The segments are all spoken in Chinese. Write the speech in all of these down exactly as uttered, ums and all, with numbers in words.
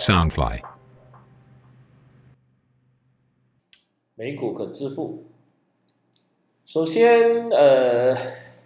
Soundfly。 美股可致富。首先，呃，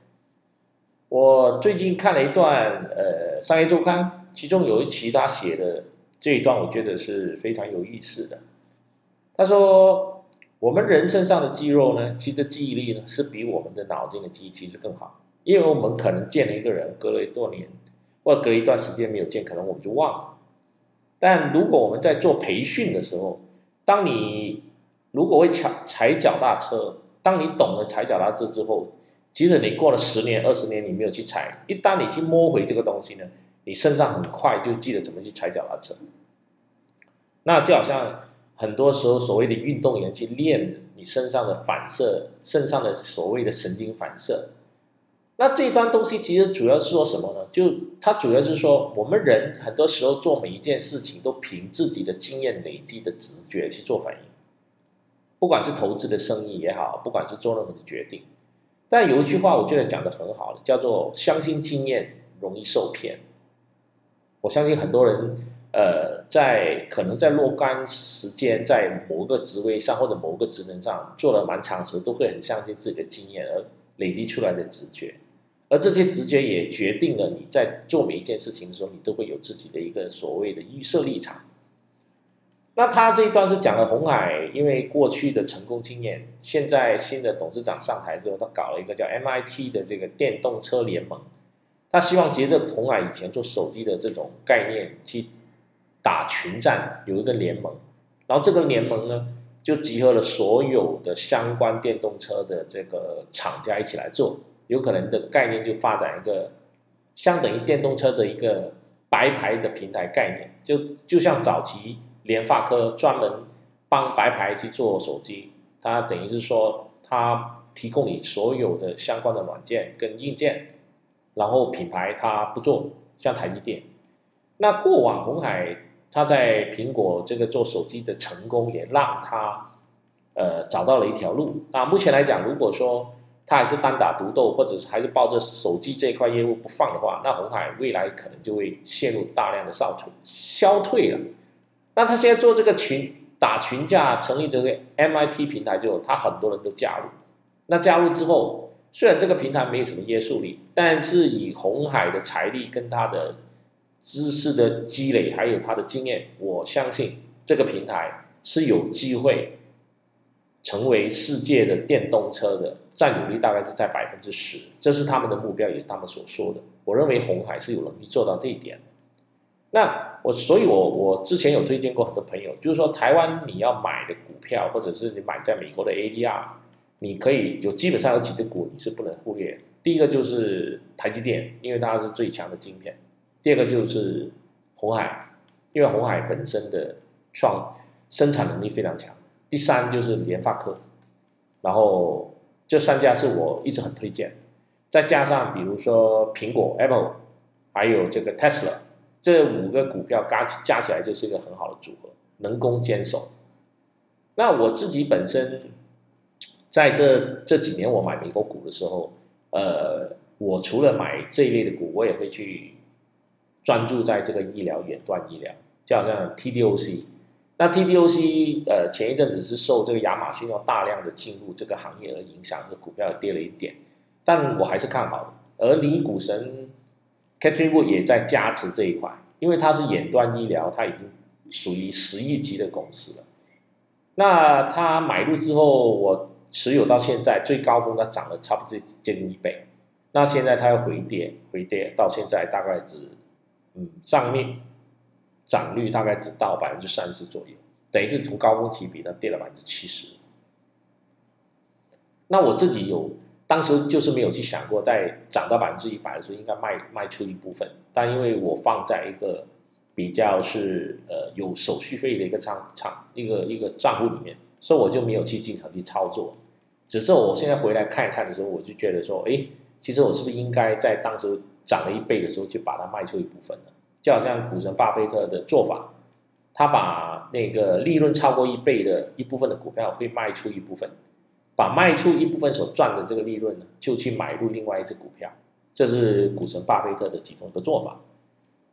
我最近看了一段呃商业周刊，其中有一期他写的这一段，我觉得是非常有意思的。他说，我们人身上的肌肉呢，其实记忆力呢是比我们的脑筋的记忆其实更好，因为我们可能见了一个人，隔了多年，或者隔一段时间没有见，可能我们就忘了。但如果我们在做培训的时候，当你如果会踩踩脚踏车，当你懂了踩脚踏车之后，即使你过了十年、二十年你没有去踩，一旦你去摸回这个东西呢，你身上很快就记得怎么去踩脚踏车。那就好像很多时候所谓的运动员去练你身上的反射，身上的所谓的神经反射。那这一段东西其实主要是说什么呢？就它主要是说，我们人很多时候做每一件事情都凭自己的经验累积的直觉去做反应，不管是投资的生意也好，不管是做任何的决定。但有一句话我觉得讲得很好的，叫做相信经验容易受骗。我相信很多人呃，在可能在若干时间，在某个职位上或者某个职能上做了蛮长的时候，都会很相信自己的经验而累积出来的直觉，而这些直觉也决定了你在做每一件事情的时候，你都会有自己的一个所谓的预设立场。那他这一段是讲了鸿海，因为过去的成功经验，现在新的董事长上台之后，他搞了一个叫 M I T 的这个电动车联盟，他希望借着鸿海以前做手机的这种概念去打群战，有一个联盟，然后这个联盟呢，就集合了所有的相关电动车的这个厂家一起来做，有可能的概念就发展一个相等于电动车的一个白牌的平台概念，就就像早期联发科专门帮白牌去做手机，它等于是说它提供你所有的相关的软件跟硬件，然后品牌它不做，像台积电。那过往鸿海他在苹果这个做手机的成功，也让他呃找到了一条路。那目前来讲，如果说他还是单打独斗，或者是还是抱着手机这一块业务不放的话，那鸿海未来可能就会陷入大量的消退消退了。那他现在做这个群打群架，成立这个 M I T 平台之后，他很多人都加入。那加入之后，虽然这个平台没有什么约束力，但是以鸿海的财力跟他的知识的积累，还有他的经验，我相信这个平台是有机会成为世界的电动车的占有率大概是在百分之十，这是他们的目标，也是他们所说的。我认为鸿海是有能力做到这一点的。那我所以我，我之前有推荐过很多朋友，就是说台湾你要买的股票，或者是你买在美国的 A D R， 你可以有基本上有几只股你是不能忽略。第一个就是台积电，因为它是最强的晶片。第二个就是鸿海，因为鸿海本身的创生产能力非常强。第三就是联发科，然后这三家是我一直很推荐的。再加上比如说苹果 Apple， 还有这个 Tesla， 这五个股票加加起来就是一个很好的组合，能攻坚守。那我自己本身在这这几年我买美国股的时候，呃，我除了买这一类的股，我也会去专注在这个医疗远端医疗，就好像 T D O C。那 T D O C 呃前一阵子是受这个亚马逊要大量的进入这个行业而影响，这股票跌了一点，但我还是看好的。而女股神 Catherine Wood 也在加持这一块，因为它是远端医疗，它已经属于十亿级的公司了。那它买入之后，我持有到现在最高峰，它涨了差不多接近一倍。那现在它要回跌，回跌到现在大概只嗯上面涨率大概只到百分之三十左右，等于是从高峰期比它跌了百分之七十。那我自己有当时就是没有去想过，在涨到百分之一百的时候应该卖卖出一部分，但因为我放在一个比较是呃有手续费的一个账账一个一个账户里面，所以我就没有去经常去操作。只是我现在回来看一看的时候，我就觉得说，哎，其实我是不是应该在当时涨了一倍的时候就把它卖出一部分呢？就好像股神巴菲特的做法，他把那个利润超过一倍的一部分的股票会卖出一部分，把卖出一部分所赚的这个利润呢，就去买入另外一只股票，这是股神巴菲特的其中一个做法。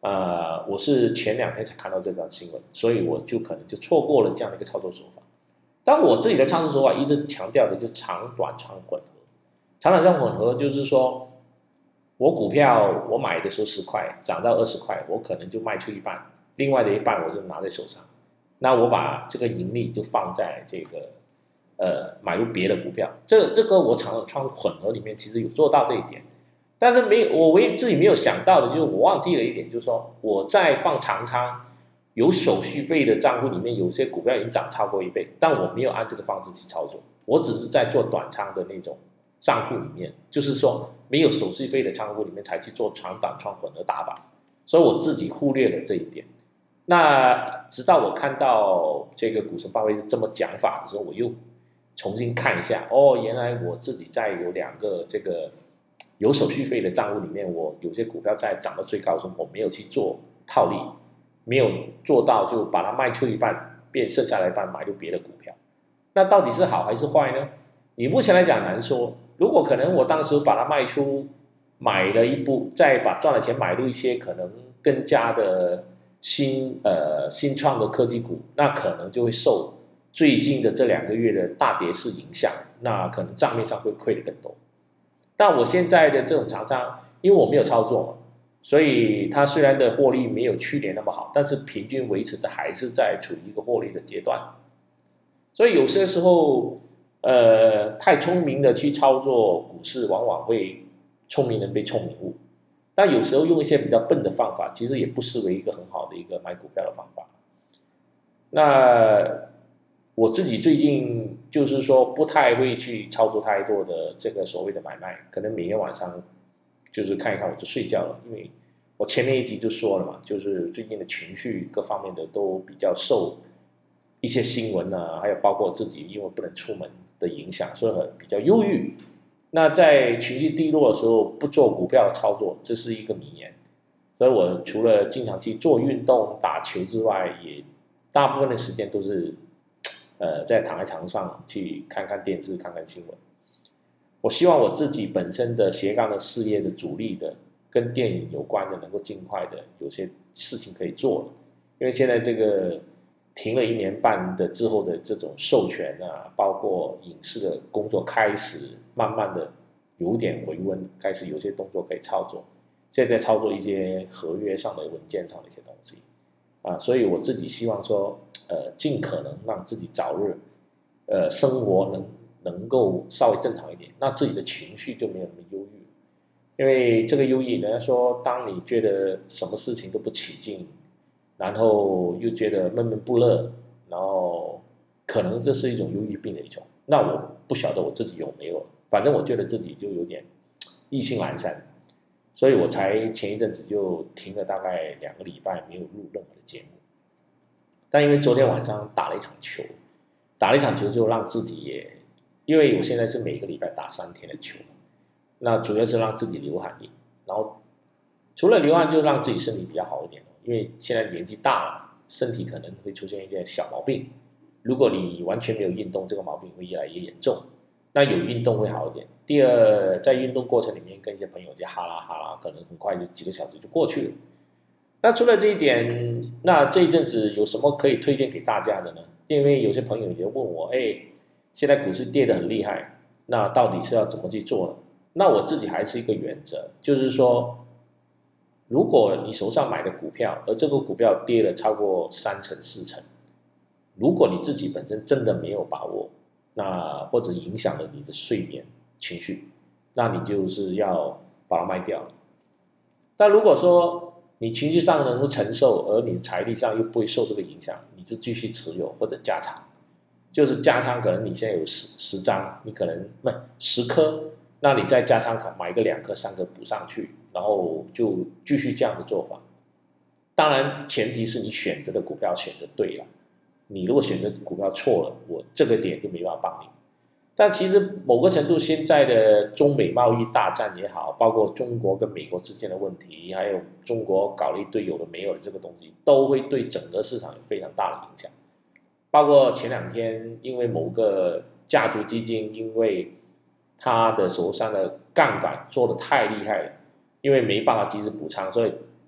呃，我是前两天才看到这段新闻，所以我就可能就错过了这样的一个操作手法。但我自己的操作手法一直强调的就是长短仓混合。长短仓混合就是说，我股票我买的时候十块，涨到二十块，我可能就卖出一半，另外的一半我就拿在手上。那我把这个盈利就放在这个呃买入别的股票。这这个我长短仓混合里面其实有做到这一点，但是没有我唯一自己没有想到的就是我忘记了一点，就是说我在放长仓。有手续费的账户里面，有些股票已经涨超过一倍，但我没有按这个方式去操作，我只是在做短仓的那种账户里面，就是说没有手续费的账户里面才去做长短仓混合打法，所以我自己忽略了这一点。那直到我看到这个股神巴菲特这么讲法的时候，我又重新看一下，哦，原来我自己在有两个这个有手续费的账户里面，我有些股票在涨到最高的时候，我没有去做套利。没有做到就把它卖出一半，变剩下来一半买入别的股票，那到底是好还是坏呢？你目前来讲难说。如果可能我当时把它卖出，买了一部，再把赚的钱买入一些可能更加的新呃新创的科技股，那可能就会受最近的这两个月的大跌势影响，那可能账面上会亏得更多。但我现在的这种长仓，因为我没有操作嘛。所以它虽然的获利没有去年那么好，但是平均维持着还是在处于一个获利的阶段。所以有些时候，呃，太聪明的去操作股市，往往会聪明人被聪明误。但有时候用一些比较笨的方法，其实也不失为一个很好的一个买股票的方法。那我自己最近就是说不太会去操作太多的这个所谓的买卖，可能每天晚上。就是看一看我就睡觉了，因为我前面一集就说了嘛，就是最近的情绪各方面的都比较受一些新闻啊，还有包括自己因为不能出门的影响，所以很比较忧郁。那在情绪低落的时候不做股票的操作，这是一个名言。所以我除了经常去做运动、打球之外，也大部分的时间都是呃在躺在床上去看看电视、看看新闻。我希望我自己本身的斜杠的事业的主力的跟电影有关的，能够尽快的有些事情可以做了，因为现在这个停了一年半的之后的这种授权啊，包括影视的工作开始慢慢的有点回温，开始有些动作可以操作，现在操作一些合约上的文件上的一些东西啊，所以我自己希望说，呃，尽可能让自己早日，呃，生活能。能够稍微正常一点，那自己的情绪就没有那么忧郁。因为这个忧郁，人家说，当你觉得什么事情都不起劲，然后又觉得闷闷不乐，然后可能这是一种忧郁病的一种。那我不晓得我自己有没有，反正我觉得自己就有点意兴阑珊，所以我才前一阵子就停了大概两个礼拜没有录任何的节目。但因为昨天晚上打了一场球，打了一场球就让自己也。因为我现在是每个礼拜打三天的球，那主要是让自己流汗，然后除了流汗，就让自己身体比较好一点。因为现在年纪大了，身体可能会出现一些小毛病。如果你完全没有运动，这个毛病会越来越严重。那有运动会好一点。第二，在运动过程里面跟一些朋友就哈拉哈拉，可能很快就几个小时就过去了。那除了这一点，那这一阵子有什么可以推荐给大家的呢？因为有些朋友也问我，哎。现在股市跌得很厉害，那到底是要怎么去做呢？那我自己还是一个原则，就是说，如果你手上买的股票，而这个股票跌了超过三成四成，如果你自己本身真的没有把握，那或者影响了你的睡眠情绪，那你就是要把它卖掉了。但如果说你情绪上能够承受，而你财力上又不会受这个影响，你就继续持有或者加仓。就是加仓，可能你现在有十十张，你可能不十颗，那你再加仓买个两颗、三颗补上去，然后就继续这样的做法。当然，前提是你选择的股票选择对了。你如果选择股票错了，我这个点就没办法帮你。但其实某个程度，现在的中美贸易大战也好，包括中国跟美国之间的问题，还有中国搞了一堆有的没有的这个东西，都会对整个市场有非常大的影响。包括前两天，因为某个家族基金，因为他的手上的杠杆做得太厉害了，因为没办法及时补仓，所以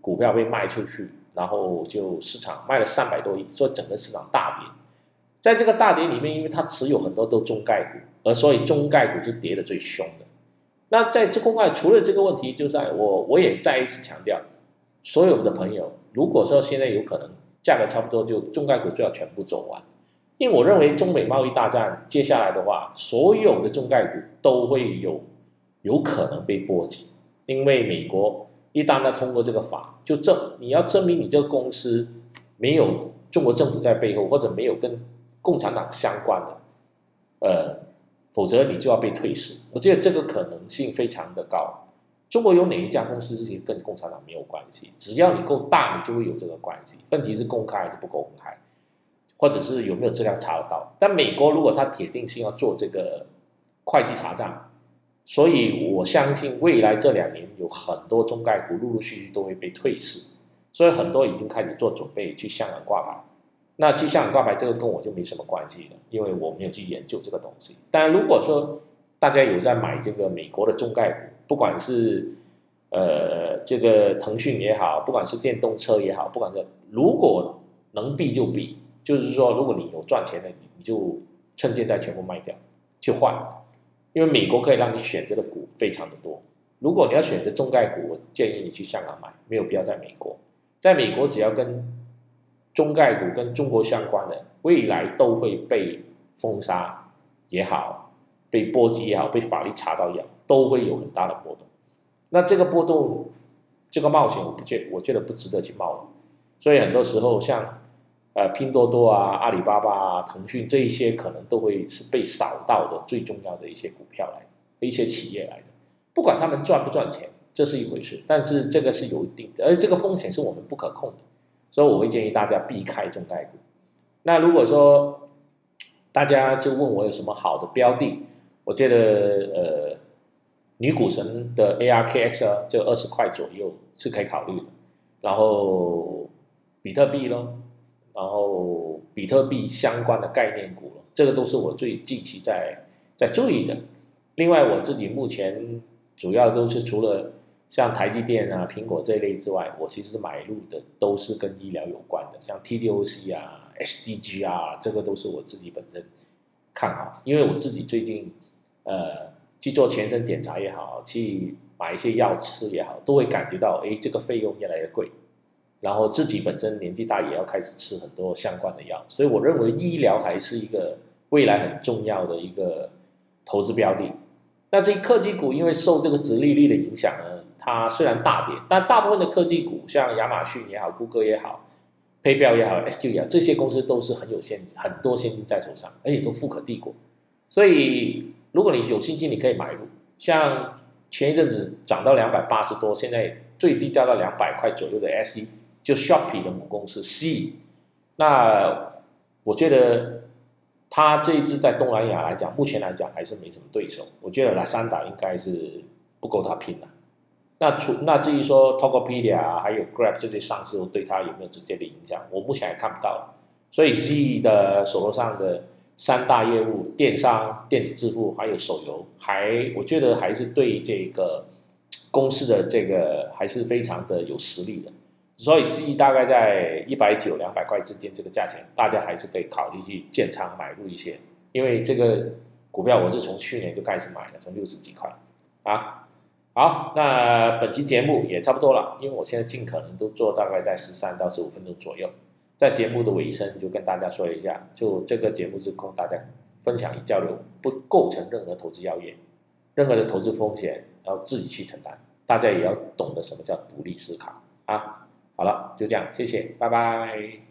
股票被卖出去，然后就市场卖了三百多亿，所以整个市场大跌。在这个大跌里面，因为它持有很多都中概股，而所以中概股是跌得最凶的。那在这公开除了这个问题，就在我我也再一次强调，所有的朋友，如果说现在有可能价格差不多，就中概股就要全部走完，因为我认为中美贸易大战接下来的话，所有的中概股都会有有可能被波及，因为美国一旦他通过这个法，就证你要证明你这个公司没有中国政府在背后，或者没有跟共产党相关的，呃，否则你就要被退市。我觉得这个可能性非常的高。中国有哪一家公司是跟共产党没有关系？只要你够大，你就会有这个关系。问题是公开还是不公开，或者是有没有资料查得到？但美国如果他铁定性要做这个会计查账，所以我相信未来这两年有很多中概股陆陆续续都会被退市，所以很多已经开始做准备去香港挂牌。那去香港挂牌这个跟我就没什么关系了，因为我没有去研究这个东西。但如果说大家有在买这个美国的中概股，不管是呃这个腾讯也好，不管是电动车也好，不管是如果能避就避，就是说如果你有赚钱的，你就趁现在全部卖掉去换，因为美国可以让你选择的股非常的多。如果你要选择中概股，我建议你去香港买，没有必要在美国。在美国只要跟中概股跟中国相关的，未来都会被封杀也好，被波及也好，被法律查到也好，都会有很大的波动。那这个波动，这个冒险，我不觉我觉得不值得去冒了。所以很多时候像呃拼多多啊、阿里巴巴啊、腾讯这一些，可能都会是被扫到的最重要的一些股票来的，一些企业来的。不管他们赚不赚钱，这是一回事，但是这个是有一定的，而这个风险是我们不可控的。所以我会建议大家避开中概股。那如果说大家就问我有什么好的标的，我觉得呃女股神的 A R K X 啊，就二十块左右是可以考虑的。然后比特币咯，然后比特币相关的概念股咯，这个都是我最近期在在注意的。另外我自己目前主要都是除了像台积电啊、苹果这一类之外，我其实买入的都是跟医疗有关的，像 T D O C 啊、S D G 啊，这个都是我自己本身看好，因为我自己最近呃去做全身检查也好，去买一些药吃也好，都会感觉到哎这个费用越来越贵，然后自己本身年纪大也要开始吃很多相关的药，所以我认为医疗还是一个未来很重要的一个投资标的。那这科技股因为受这个殖利率的影响呢，它虽然大跌，但大部分的科技股，像亚马逊也好、谷歌也好、PayPal 也好、S Q 也好，这些公司都是很有现很多现金在手上，而且都富可敌国。所以，如果你有信心，你可以买入。像前一阵子涨到两百八十多，现在最低掉到两百块左右的 S E， 就 Shopee 的母公司 C。那我觉得它这一支在东南亚来讲，目前来讲还是没什么对手。我觉得拉桑达应该是不够他拼了。那除那至于说 Tokopedia 啊，还有 Grab 这些上市对它有没有直接的影响，我目前还看不到了。所以 Z 的手头上的三大业务，电商、电子支付还有手游，还我觉得还是对这个公司的这个还是非常的有实力的。所以 C 大概在一百九、两百块之间这个价钱，大家还是可以考虑去建仓买入一些，因为这个股票我是从去年就开始买的，从六十几块啊。好，那本期节目也差不多了，因为我现在尽可能都做大概在十三到十五分钟左右。在节目的尾声就跟大家说一下，就这个节目是供大家分享与交流，不构成任何投资要业，任何的投资风险要自己去承担，大家也要懂得什么叫独立思考啊。好了，就这样，谢谢，拜拜。